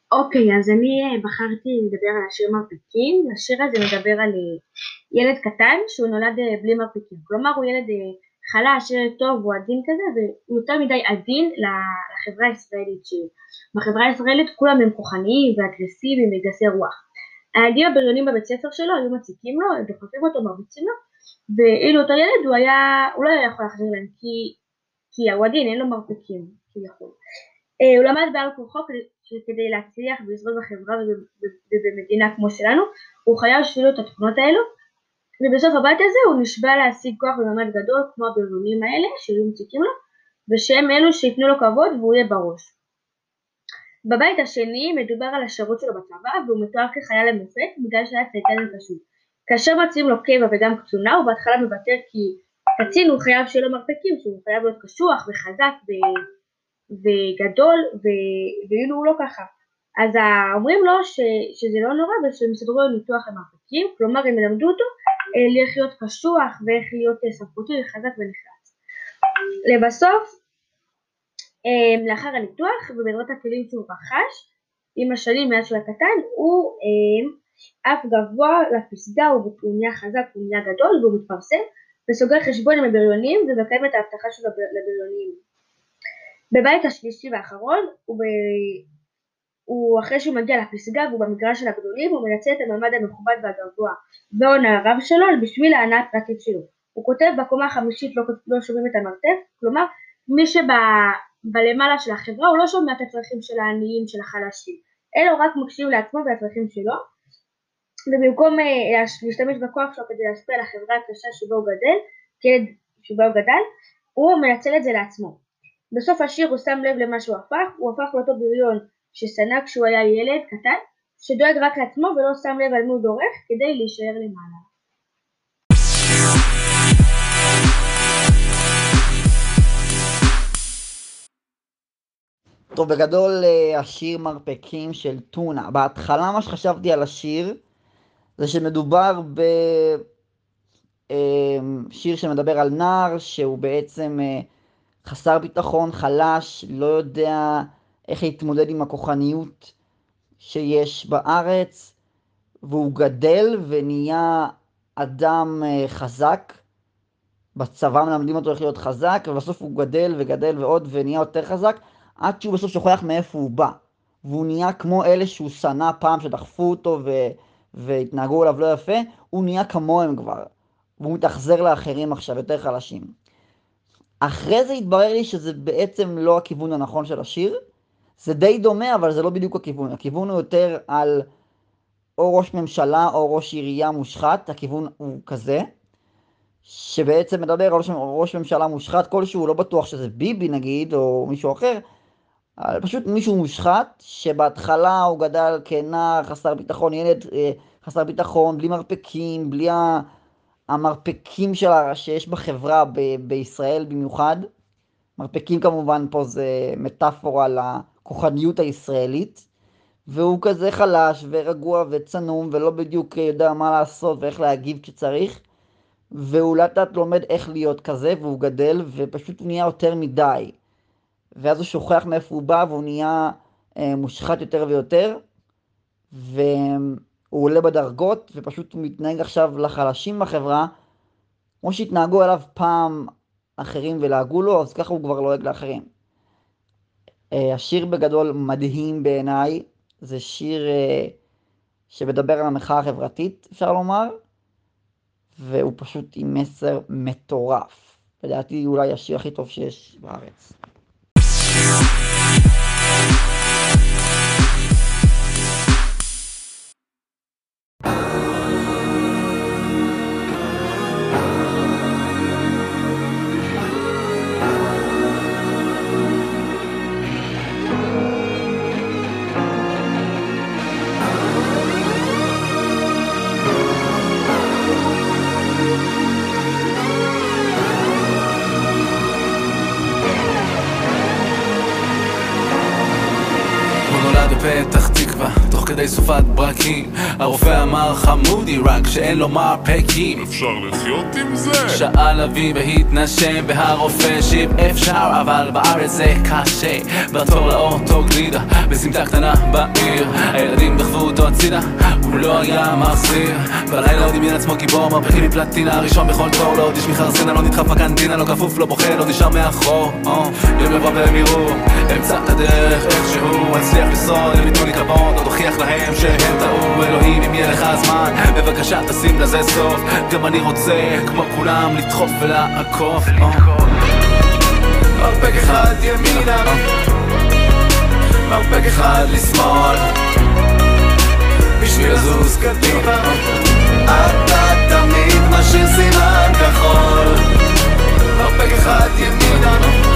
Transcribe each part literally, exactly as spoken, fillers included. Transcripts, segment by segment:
אוקיי, אז אני אה, בחרתי לדבר על השיר מרפקים. השיר הזה מדבר על אה, ילד קטן שהוא נולד אה, בלי מרפקים. כלומר, הוא ילד אה, חלש, ילד טוב, הוא עדין כזה, והוא יותר מדי עדין ל- לחברה הישראלית. שבחברה הישראלית כולם הם כוחניים ואגרסיביים וגסי רוח. הילדים הבריונים בבית ספר שלו היו מציקים לו, דוחפים אותו, מרביצים לו, ואילו אותו ילד הוא היה, הוא לא היה יכול להחזיר להם, כי, כי הוא עדין, אין לו מרפקים, כביכול. אה, הוא למד בעל כורחו כדי שכדי להצליח ולשרוד בחברה וב- וב- ובמדינה כמו שלנו, הוא חייב שיהיו לו את התכונות האלו, ובסוף הבית הזה הוא נשבע להשיג כוח במעמד גדול כמו הבריונים האלה שיהיו מציקים לו, ושהם אלו שיתנו לו כבוד והוא יהיה בראש. בבית השני מדובר על השירות שלו בצבא, והוא מתואר כחייל למופת בגלל שהיה צייתן וקשוב. כאשר מציעים לו קבע וגם קצונה, הוא בהתחלה מוותר כי קצין הוא חייב שיהיה לו מרפקים, שהוא חייב להיות קשוח וחזק ו- וגדול, ו- ואילו הוא לא ככה. אז ה- אומרים לו ש- שזה לא נורא ושהם יסדרו לו ניתוח למרפקים, כלומר הם ילמדו אותו אה, איך להיות קשוח ואיך להיות אה, סמכותי וחזק ונחרץ. לבסוף, אה, לאחר הניתוח ובעזרת הכלים שהוא רכש עם השנים מאז שהוא היה קטן, הוא אה, אף גבוה לפסגה, הוא נהיה חזק, הוא נהיה גדול והוא מתפרסם וסוגר חשבון עם הבריונים ומקיים את ההבטחה שלו לבריונים. בבית השלישי והאחרון, הוא, ב... הוא אחרי שהוא מגיע לפסגה והוא במגרש של הגדולים, הוא מנצל את המעמד המכובד והגבוה והון הרב שלו בשביל ההנאה הפרטית שלו. הוא כותב בקומה החמישית לא, לא שומעים את המרתף, כלומר מי שבלמעלה של החברה הוא לא שומע את הצרכים של העניים, של החלשים, אלא הוא רק מקשיב לעצמו ולצרכים שלו, ובמקום אה, להשתמש בכוח שלו כדי להשפיע על החברה הקשה שבה הוא גדל, כילד שבה הוא גדל, הוא מנצל את זה לעצמו. בסוף השיר הוא שם לב למה שהוא הפך, הוא הפך לאותו בריון ששנא כשהוא היה ילד קטן, שדואג רק לעצמו ולא שם לב על מי הוא דורך כדי להישאר למעלה. טוב, בגדול אה, השיר מרפקים של טונה. בהתחלה מה שחשבתי על השיר זה שמדובר בשיר שמדבר על נער שהוא בעצם אה, חסר ביטחון, חלש, לא יודע איך להתמודד עם הכוחניות שיש בארץ, והוא גדל ונהיה אדם אה, חזק. בצבא מלמדים אותו איך להיות חזק, ובסוף הוא גדל וגדל ועוד ונהיה יותר חזק, עד שהוא בסוף שוכח מאיפה הוא בא. והוא נהיה כמו אלה שהוא שנא פעם שדחפו אותו ו... והתנהגו אליו לא יפה, הוא נהיה כמוהם כבר. והוא מתאכזר לאחרים עכשיו, יותר חלשים. אחרי זה התברר לי שזה בעצם לא הכיוון הנכון של השיר. זה די דומה, אבל זה לא בדיוק הכיוון. הכיוון הוא יותר על או ראש ממשלה או ראש עירייה מושחת, הכיוון הוא כזה. שבעצם מדבר על ראש, ראש ממשלה מושחת כלשהו, לא בטוח שזה ביבי נגיד, או מישהו אחר, אבל פשוט מישהו מושחת, שבהתחלה הוא גדל כנער חסר ביטחון, ילד אה, חסר ביטחון, בלי מרפקים, בלי המרפקים שלה, שיש בחברה ב- בישראל במיוחד. מרפקים כמובן פה זה מטאפורה לכוחניות הישראלית, והוא כזה חלש ורגוע וצנום, ולא בדיוק יודע מה לעשות ואיך להגיב כשצריך. והוא לאט לאט לומד איך להיות כזה, והוא גדל, ופשוט הוא נהיה יותר מדי. ואז הוא שוכח מאיפה הוא בא, והוא נהיה אה, מושחת יותר ויותר, והוא עולה בדרגות, ופשוט הוא מתנהג עכשיו לחלשים בחברה, כמו שהתנהגו אליו פעם אחרים ולהגו לו, אז ככה הוא כבר לועג לאחרים. אה, השיר בגדול מדהים בעיניי, זה שיר אה, שמדבר על המחאה החברתית, אפשר לומר, והוא פשוט עם מסר מטורף. לדעתי אולי השיר הכי טוב שיש בארץ. הוא נולד בפתח תקווה תקווה תוך כדי סופת ברקים. הרופא אמר חמודי רק שאין לו מרפקים. אפשר לחיות עם זה? שאל אבי והתנשם והרופא שיב אפשר, אבל בארץ זה קשה. בתור לאוטו גלידה בסמטה קטנה בעיר, הילדים דחפו אותו הצידה, הוא לא היה מחזיר. בלילה עוד דמיין עצמו גיבור, מרפקים מפלטינה, הראשון בכל תור, לא עוד איש מחרסינה, לא נדחף בקנטינה, לא כפוף, לא בוכה, לא נשאר מאחור. יום יבוא והם יראו, אמצע את הדרך איכשהו הצליח לשרוד, הם יתנו לי כבוד, עוד הוכיח להם שהם טעו. אלוהים אם יהיה לך זמן, בבקשה תשים לזה סוף, גם אני רוצה כמו כולם לדחוף ולעקוף. מרפק אחד ימינה, מרפק אחד לשמאל, בשביל לזוז קדימה. אתה תמיד משאיר סימן כחול. מרפק אחד ימינה,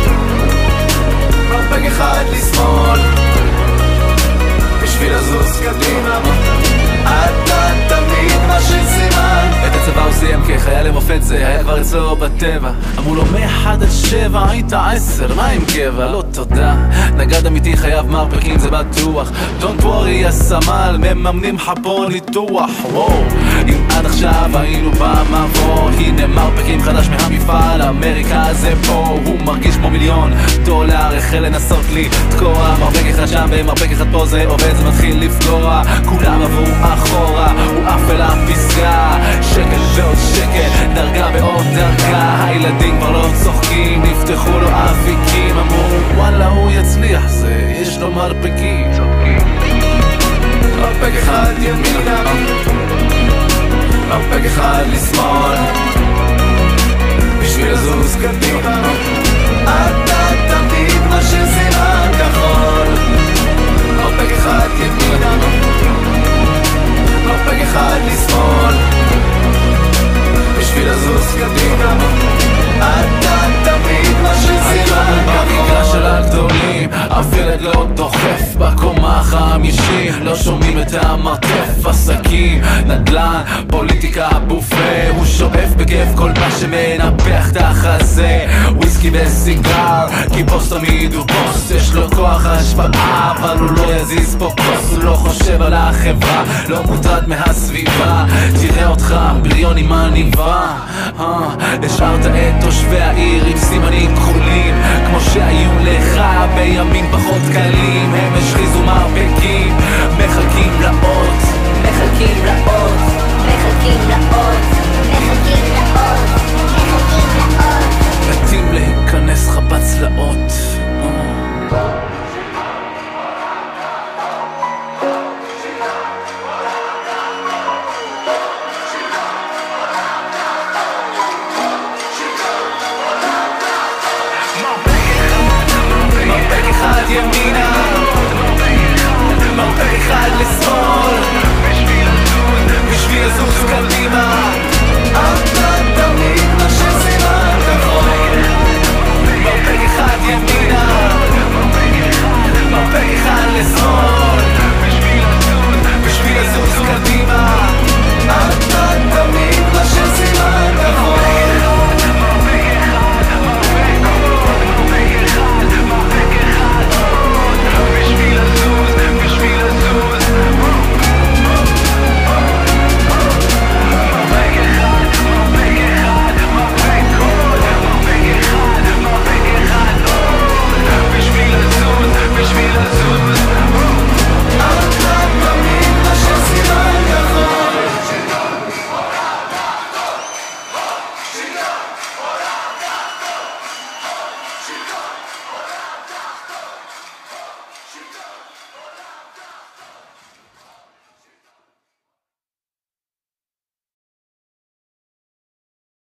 מרפק אחד לשמאל, בשביל לזוז קדימה. אתה תמיד משאיר סימן. את הצבא הוא סיים כחייל למופת, זה היה כבר אצלו בטבע. אמרו לו מאחד עד שבע היית עשר, מה עם קבע? לא תודה, נגד אמיתי חייב מרפקים זה בטוח. Don't worry הסמל, מממנים לך פה ניתוח. וואו, אם עד עכשיו היינו במבוא, הנה מרפקים חדש מהמפעל, אמריקה זה פה. הוא מרגיש כמו מיליון דולר, החל לנסות לי תקוע. מרפק אחד שם ומרפק אחד פה, זה עובד, זה מתחיל לפגוע. כולם עברו אחורה, הוא עף אל הפסגה, שקל ועוד שקל, דרגה ועוד דרגה. הילדים כבר לא צוחקים, נפתחו לו אפיקים, אמרו וואלה הוא יצליח, זה יש לו מרפקים. מרפק אחד ימינה, מרפק אחד לשמאל, בשביל לזוז קדימה. אתה תמיד משאיר סימן כחול. מרפק אחד ימינה, מרפק אחד לשמאל, בשביל לזוז קדימה. אתה תמיד משאיר סימן כחול. במגרש של הגדולים, אף ילד לא דוחף בקומה החמישית, לא שומעים את המרתף. עסקים, נדל"ן, פוליטיקה, בופה, הוא שואף בכיף כל מה שמנפח את החזה. וויסקי וסיגר, כי פוסט תמיד הוא פוסט, יש לו כוח השפעה, אבל הוא לא יזיז פה כוס. הוא לא חושב על החברה, לא מוטרד מהסביבה. תראה אותך בריונים עניבה, השארת את תושבי העיר עם סימנים כחולים, כמו שהיו לך בימים פחות קלים. הם השחיזו